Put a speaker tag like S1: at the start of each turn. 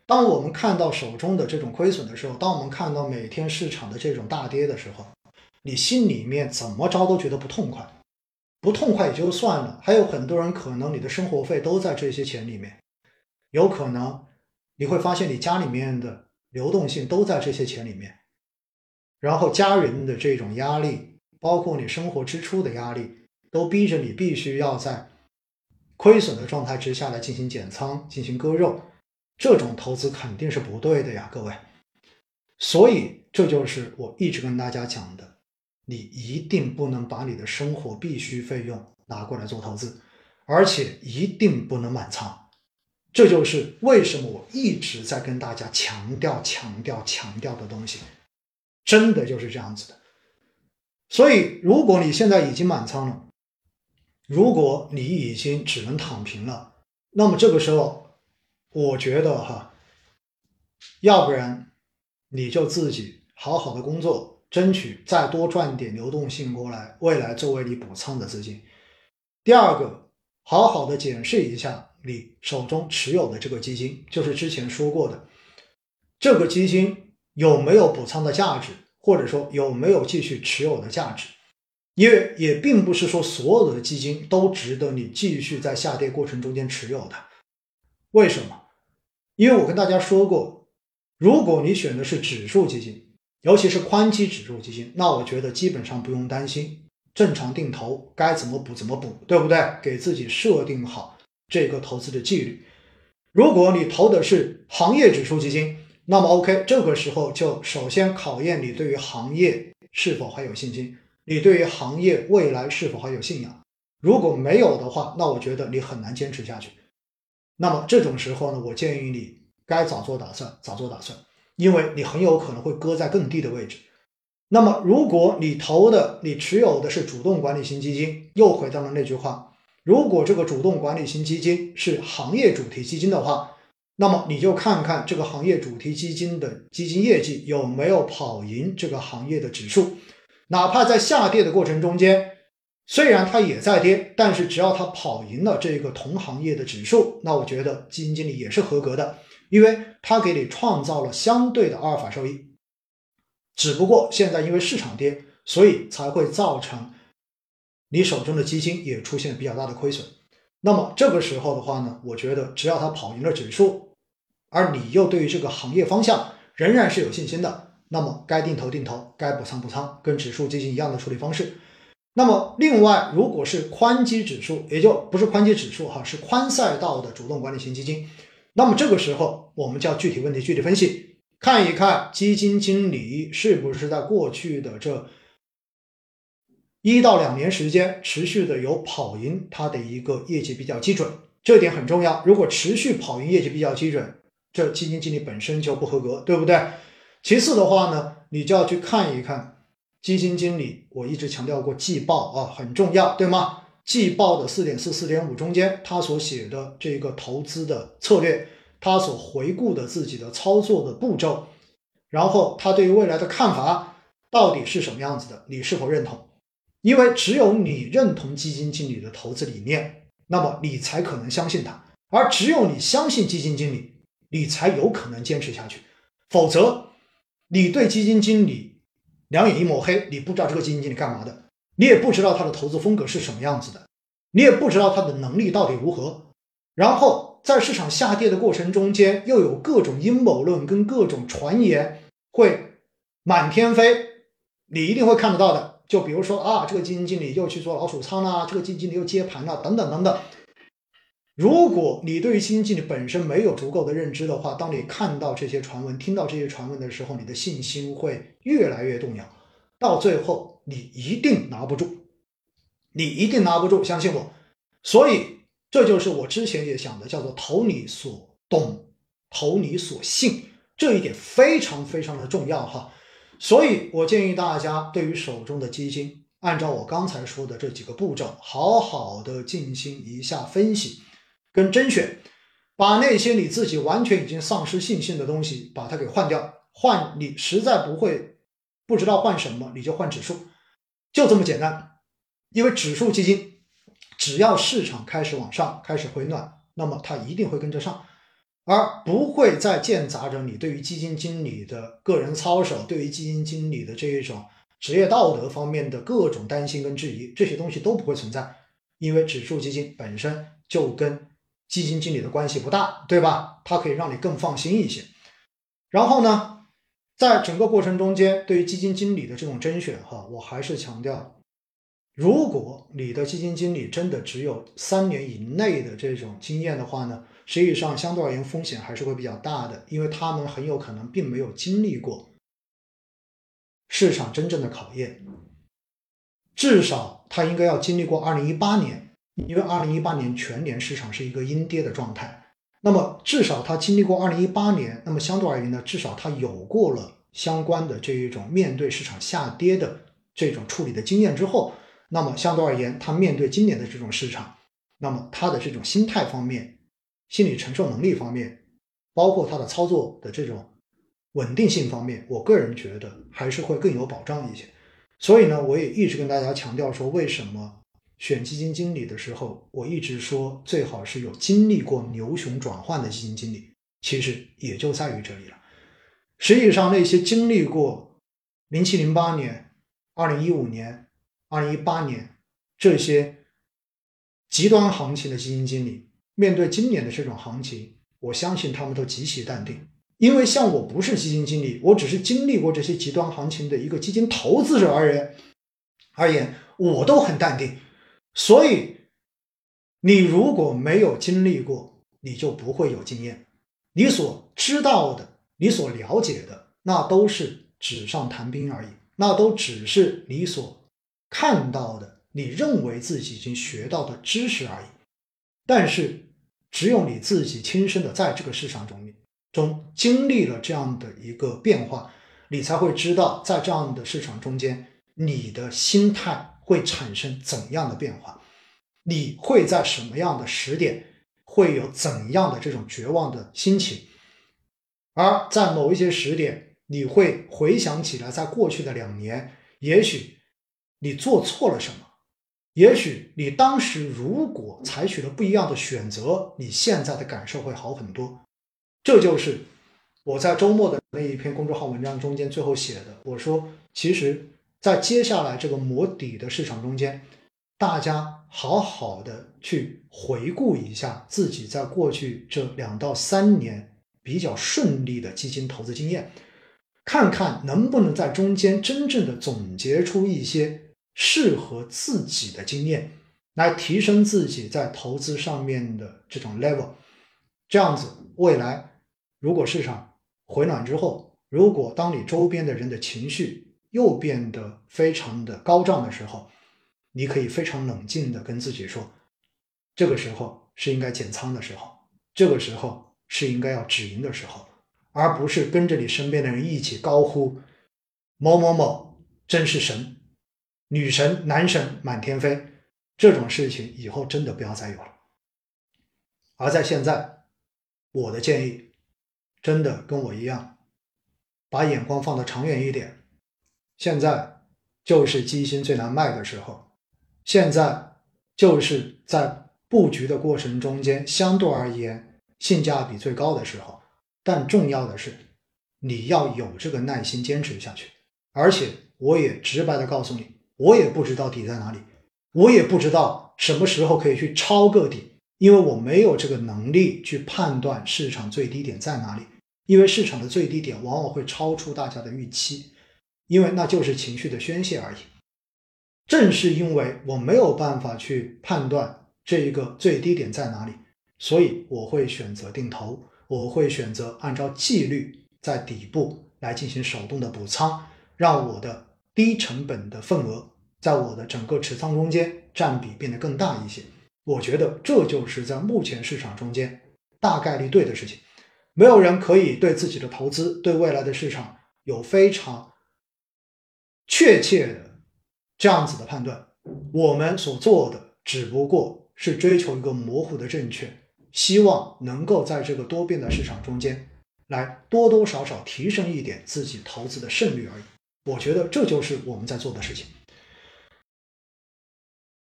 S1: 当我们看到手中的这种亏损的时候，当我们看到每天市场的这种大跌的时候，你心里面怎么着都觉得不痛快。不痛快也就算了，还有很多人可能你的生活费都在这些钱里面，有可能你会发现你家里面的流动性都在这些钱里面，然后家人的这种压力，包括你生活支出的压力，都逼着你必须要在亏损的状态之下来进行减仓、进行割肉，这种投资肯定是不对的呀，各位。所以这就是我一直跟大家讲的，你一定不能把你的生活必需费用拿过来做投资，而且一定不能满仓。这就是为什么我一直在跟大家强调的东西，真的就是这样子的。所以如果你现在已经满仓了，如果你已经只能躺平了，那么这个时候我觉得要不然你就自己好好的工作，争取再多赚点流动性过来，未来作为你补仓的资金。第二个，好好的检视一下你手中持有的这个基金，就是之前说过的，这个基金有没有补仓的价值，或者说有没有继续持有的价值。因为也并不是说所有的基金都值得你继续在下跌过程中间持有的。为什么？因为我跟大家说过，如果你选的是指数基金，尤其是宽基指数基金，那我觉得基本上不用担心，正常定投，该怎么补怎么补，对不对？给自己设定好这个投资的纪律。如果你投的是行业指数基金，那么 OK， 这个时候就首先考验你对于行业是否还有信心，你对于行业未来是否还有信仰。如果没有的话，那我觉得你很难坚持下去。那么这种时候呢，我建议你该早做打算，因为你很有可能会搁在更低的位置。那么如果你持有的是主动管理型基金，又回到了那句话，如果这个主动管理型基金是行业主题基金的话，那么你就看看这个行业主题基金的基金业绩有没有跑赢这个行业的指数。哪怕在下跌的过程中间，虽然它也在跌，但是只要它跑赢了这个同行业的指数，那我觉得基金经理也是合格的，因为它给你创造了相对的阿尔法收益。只不过现在因为市场跌，所以才会造成你手中的基金也出现比较大的亏损。那么这个时候的话呢，我觉得只要它跑赢了指数，而你又对于这个行业方向仍然是有信心的，那么该定投定投，该补仓补仓，跟指数基金一样的处理方式。那么另外，如果是宽基指数，也就不是宽基指数是宽赛道的主动管理型基金，那么这个时候我们就要具体问题具体分析，看一看基金经理是不是在过去的这1到2年时间持续的有跑赢它的一个业绩比较基准，这点很重要。如果持续跑赢业绩比较基准，这基金经理本身就不合格，对不对？其次的话呢，你就要去看一看基金经理，我一直强调过季报很重要，对吗？季报的 4.4 4.5 中间他所写的这个投资的策略，他所回顾的自己的操作的步骤，然后他对于未来的看法到底是什么样子的，你是否认同？因为只有你认同基金经理的投资理念，那么你才可能相信他，而只有你相信基金经理，你才有可能坚持下去。否则你对基金经理两眼一抹黑，你不知道这个基金经理干嘛的，你也不知道他的投资风格是什么样子的，你也不知道他的能力到底如何，然后在市场下跌的过程中间又有各种阴谋论跟各种传言会满天飞，你一定会看得到的。就比如说这个基金经理又去做老鼠仓啦，这个基金经理又接盘啦，等等等等。如果你对于基金经理本身没有足够的认知的话，当你看到这些传闻，听到这些传闻的时候，你的信心会越来越动摇，到最后你一定拿不住，相信我。所以这就是我之前也讲的，叫做投你所懂，投你所信，这一点非常非常的重要所以我建议大家对于手中的基金，按照我刚才说的这几个步骤，好好的进行一下分析跟甄选，把那些你自己完全已经丧失信心的东西把它给换掉，你实在不知道换什么，你就换指数，就这么简单。因为指数基金只要市场开始往上，开始回暖，那么它一定会跟着上。 而不会再间杂着你对于基金经理的个人操守，对于基金经理的这一种职业道德方面的各种担心跟质疑，这些东西都不会存在，因为指数基金本身就跟基金经理的关系不大，对吧？它可以让你更放心一些。然后呢，在整个过程中间，对于基金经理的这种甄选我还是强调，如果你的基金经理真的只有3年以内的这种经验的话呢，实际上相对而言风险还是会比较大的，因为他们很有可能并没有经历过市场真正的考验。至少他应该要经历过2018年，因为2018年全年市场是一个阴跌的状态，那么至少他经历过2018年，那么相对而言呢，至少他有过了相关的这一种面对市场下跌的这种处理的经验之后，那么相对而言，他面对今年的这种市场，那么他的这种心态方面、心理承受能力方面，包括他的操作的这种稳定性方面，我个人觉得还是会更有保障一些。所以呢，我也一直跟大家强调说，为什么选基金经理的时候，我一直说最好是有经历过牛熊转换的基金经理，其实也就在于这里了。实际上那些经历过07、08年、2015年、2018年这些极端行情的基金经理，面对今年的这种行情，我相信他们都极其淡定。因为像我不是基金经理，我只是经历过这些极端行情的一个基金投资者而言，我都很淡定。所以你如果没有经历过，你就不会有经验。你所知道的，你所了解的，那都是纸上谈兵而已，那都只是你所看到的，你认为自己已经学到的知识而已。但是只有你自己亲身的在这个市场中经历了这样的一个变化，你才会知道在这样的市场中间，你的心态会产生怎样的变化，你会在什么样的时点会有怎样的这种绝望的心情。而在某一些时点，你会回想起来，在过去的2年，也许你做错了什么，也许你当时如果采取了不一样的选择，你现在的感受会好很多。这就是我在周末的那一篇公众号文章中间最后写的，我说其实在接下来这个磨底的市场中间，大家好好的去回顾一下自己在过去这2到3年比较顺利的基金投资经验，看看能不能在中间真正的总结出一些适合自己的经验，来提升自己在投资上面的这种 level。 这样子未来如果市场回暖之后，如果当你周边的人的情绪又变得非常的高涨的时候，你可以非常冷静的跟自己说，这个时候是应该减仓的时候，这个时候是应该要止盈的时候，而不是跟着你身边的人一起高呼某某某真是神，女神男神满天飞，这种事情以后真的不要再有了。而在现在，我的建议真的跟我一样，把眼光放得长远一点。现在就是基金最难卖的时候，现在就是在布局的过程中间相对而言性价比最高的时候，但重要的是你要有这个耐心坚持下去。而且我也直白的告诉你，我也不知道底在哪里，我也不知道什么时候可以去抄个底，因为我没有这个能力去判断市场最低点在哪里，因为市场的最低点往往会超出大家的预期，因为那就是情绪的宣泄而已。正是因为我没有办法去判断这一个最低点在哪里，所以我会选择定投，我会选择按照纪律在底部来进行手动的补仓，让我的低成本的份额在我的整个持仓中间占比变得更大一些。我觉得这就是在目前市场中间大概率对的事情。没有人可以对自己的投资，对未来的市场有非常确切的这样子的判断，我们所做的只不过是追求一个模糊的正确，希望能够在这个多变的市场中间来多多少少提升一点自己投资的胜率而已。我觉得这就是我们在做的事情。